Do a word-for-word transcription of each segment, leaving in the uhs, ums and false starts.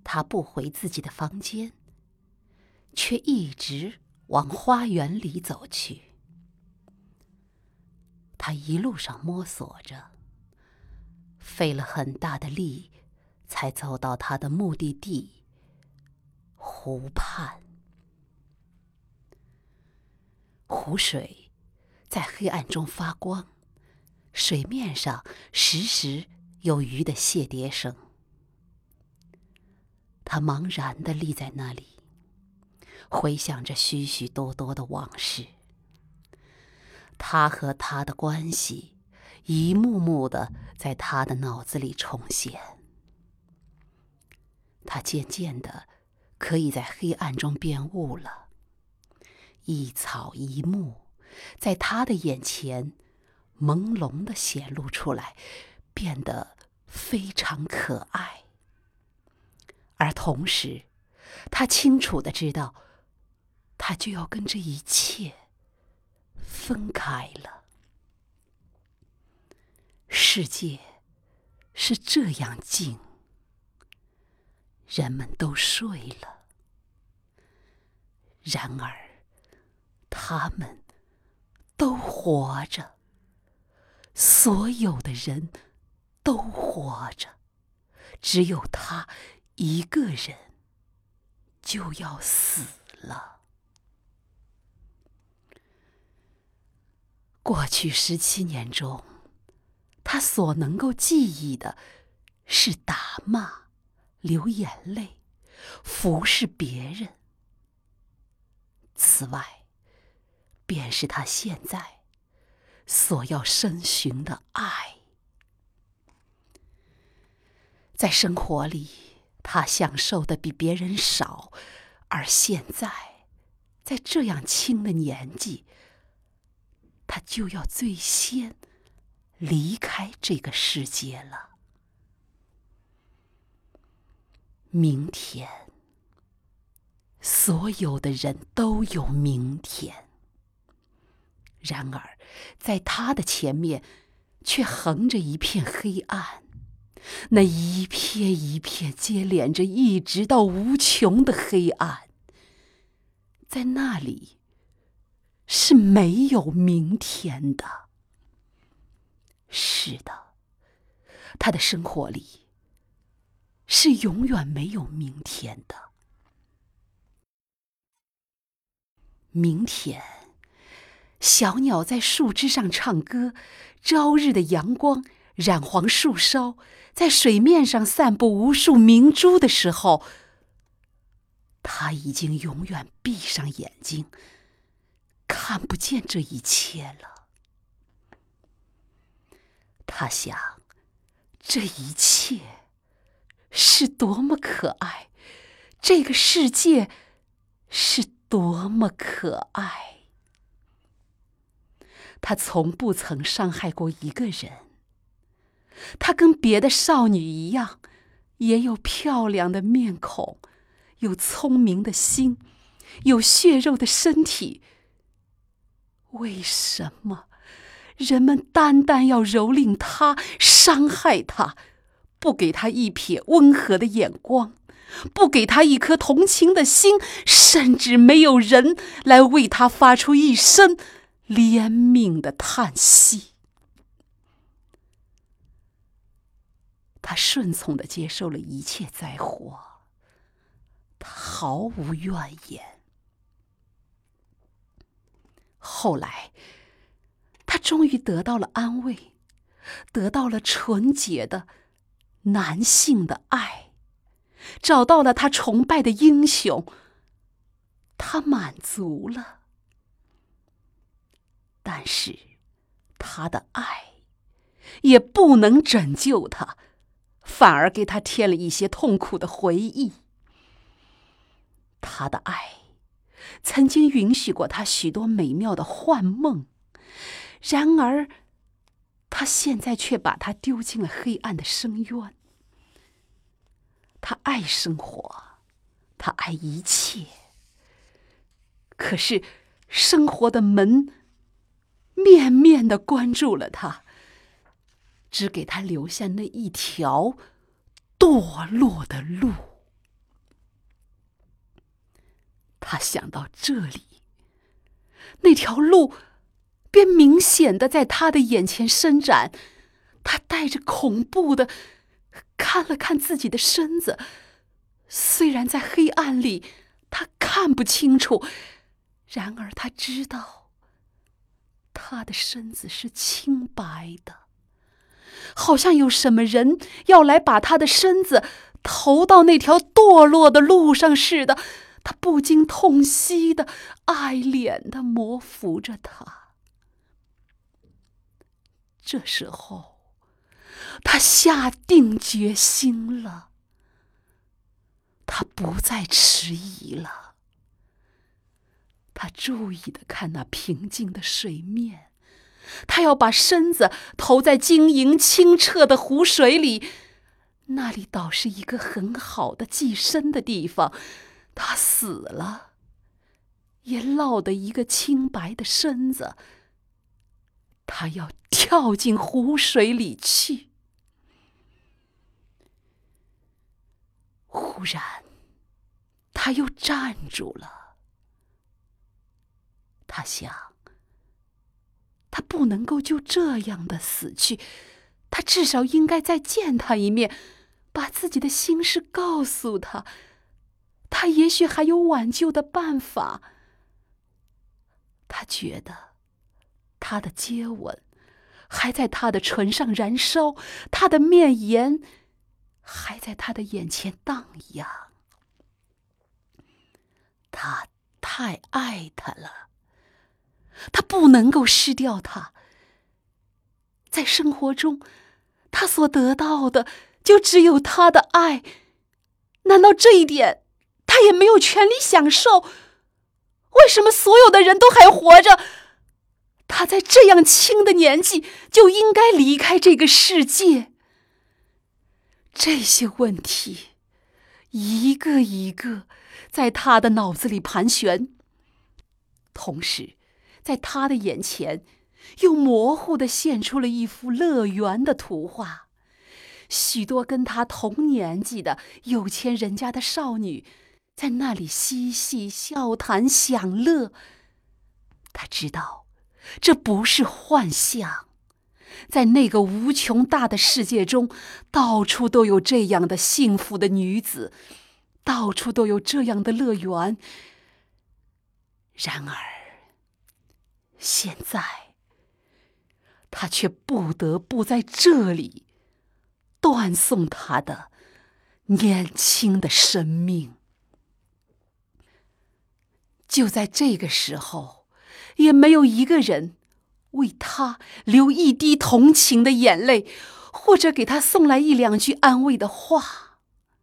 他不回自己的房间，却一直往花园里走去。他一路上摸索着，费了很大的力，才走到他的目的地——湖畔。湖水在黑暗中发光，水面上时时有鱼的谢蝶声。他茫然地立在那里，回想着许许多多的往事。他和他的关系一幕幕地在他的脑子里重现。他渐渐地可以在黑暗中辨物了，一草一木在他的眼前朦胧地显露出来，变得非常可爱。而同时，他清楚地知道，他就要跟这一切分开了。世界是这样静，人们都睡了，然而他们都活着，所有的人都活着，只有他一个人就要死了。过去十七年中，他所能够记忆的是打骂、流眼泪、服侍别人。此外，便是他现在所要深寻的爱。在生活里，他享受的比别人少，而现在，在这样轻的年纪，他就要最先离开这个世界了。明天，所有的人都有明天，然而在他的前面却横着一片黑暗，那一片一片接连着一直到无穷的黑暗，在那里是没有明天的。是的，他的生活里是永远没有明天的。明天，小鸟在树枝上唱歌，朝日的阳光染黄树梢，在水面上散布无数明珠的时候，他已经永远闭上眼睛，看不见这一切了。他想，这一切是多么可爱，这个世界是多么可爱。他从不曾伤害过一个人，她跟别的少女一样，也有漂亮的面孔，有聪明的心，有血肉的身体。为什么人们单单要蹂躏她，伤害她，不给她一瞥温和的眼光，不给她一颗同情的心，甚至没有人来为她发出一声怜悯的叹息？他顺从地接受了一切灾祸，他毫无怨言。后来，他终于得到了安慰，得到了纯洁的男性的爱，找到了他崇拜的英雄，他满足了。但是，他的爱也不能拯救他，反而给他添了一些痛苦的回忆。他的爱曾经允许过他许多美妙的幻梦，然而他现在却把他丢进了黑暗的深渊。他爱生活，他爱一切，可是生活的门面面地关住了他，只给他留下那一条堕落的路。 他想到这里，那条路便明显的在他的眼前伸展。他带着恐怖的看了看自己的身子，虽然在黑暗里他看不清楚，然而他知道他的身子是清白的，好像有什么人要来把他的身子投到那条堕落的路上似的。他不禁痛惜的、爱怜的摩扶着他。这时候他下定决心了，他不再迟疑了。他注意地看那平静的水面，他要把身子投在晶莹清澈的湖水里，那里倒是一个很好的寄身的地方。他死了，也落得一个清白的身子。他要跳进湖水里去。忽然，他又站住了。他想，他不能够就这样的死去，他至少应该再见他一面，把自己的心事告诉他，他也许还有挽救的办法。他觉得他的接吻还在他的唇上燃烧，他的面颜还在他的眼前荡漾。他太爱他了，他不能够失掉他。在生活中，他所得到的就只有他的爱，难道这一点他也没有权利享受？为什么所有的人都还活着，他在这样轻的年纪就应该离开这个世界？这些问题一个一个在他的脑子里盘旋，同时在他的眼前又模糊地现出了一幅乐园的图画。许多跟他同年纪的有钱人家的少女在那里嬉戏笑谈享乐。他知道这不是幻象，在那个无穷大的世界中，到处都有这样的幸福的女子，到处都有这样的乐园。然而现在他却不得不在这里断送他的年轻的生命。就在这个时候，也没有一个人为他流一滴同情的眼泪，或者给他送来一两句安慰的话。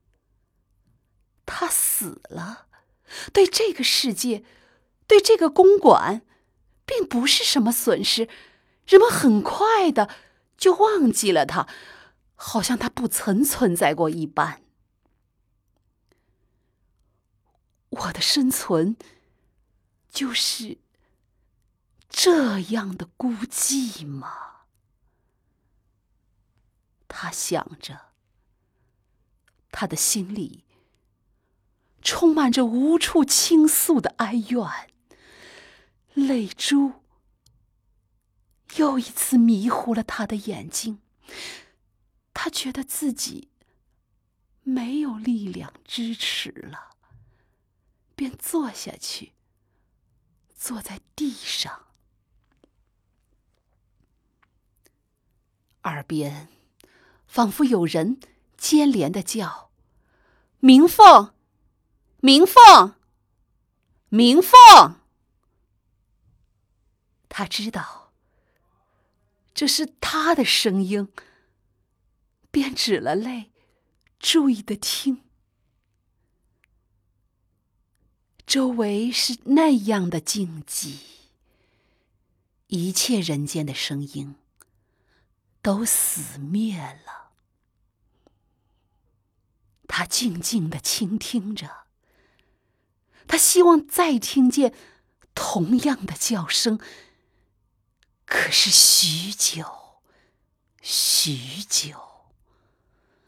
他死了，对这个世界，对这个公馆，并不是什么损失。人们很快的就忘记了他，好像他不曾存在过一般。我的生存就是这样的孤寂吗？他想着，他的心里充满着无处倾诉的哀怨，泪珠又一次迷糊了他的眼睛。他觉得自己没有力量支持了，便坐下去，坐在地上。耳边仿佛有人接连的叫：明凤，明凤，明凤。他知道这是他的声音，便止了泪，注意的听。周围是那样的静寂，一切人间的声音都死灭了。他静静地倾听着，他希望再听见同样的叫声，可是许久许久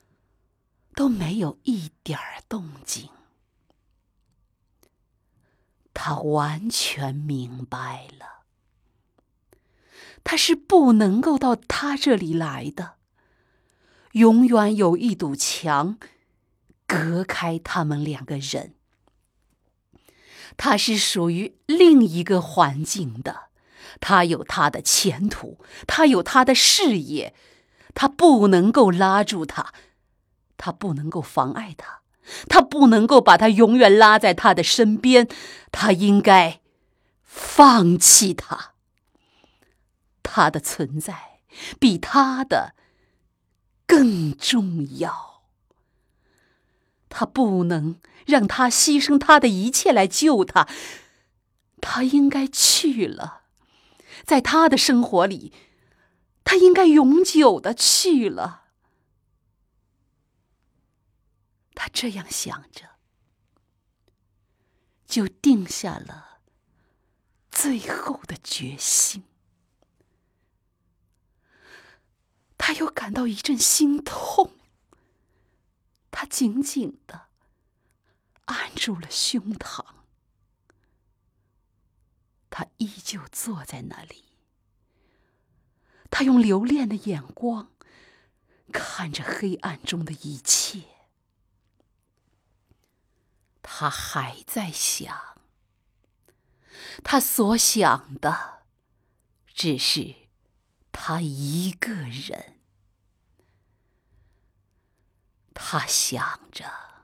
都没有一点儿动静。 他完全明白了，他是不能够到他这里来的，永远有一堵墙隔开他们两个人。他是属于另一个环境的，他有他的前途，他有他的事业，他不能够拉住他，他不能够妨碍他，他不能够把他永远拉在他的身边，他应该放弃他。他的存在比他的更重要。他不能让他牺牲他的一切来救他，他应该去了，在他的生活里，他应该永久的去了。他这样想着，就定下了最后的决心。他又感到一阵心痛，他紧紧地按住了胸膛。他依旧坐在那里，他用留恋的眼光看着黑暗中的一切。他还在想，他所想的只是他一个人。他想着，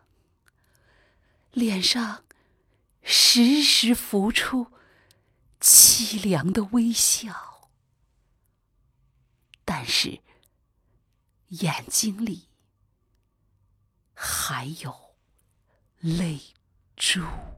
脸上时时浮出凄凉的微笑，但是眼睛里还有泪珠。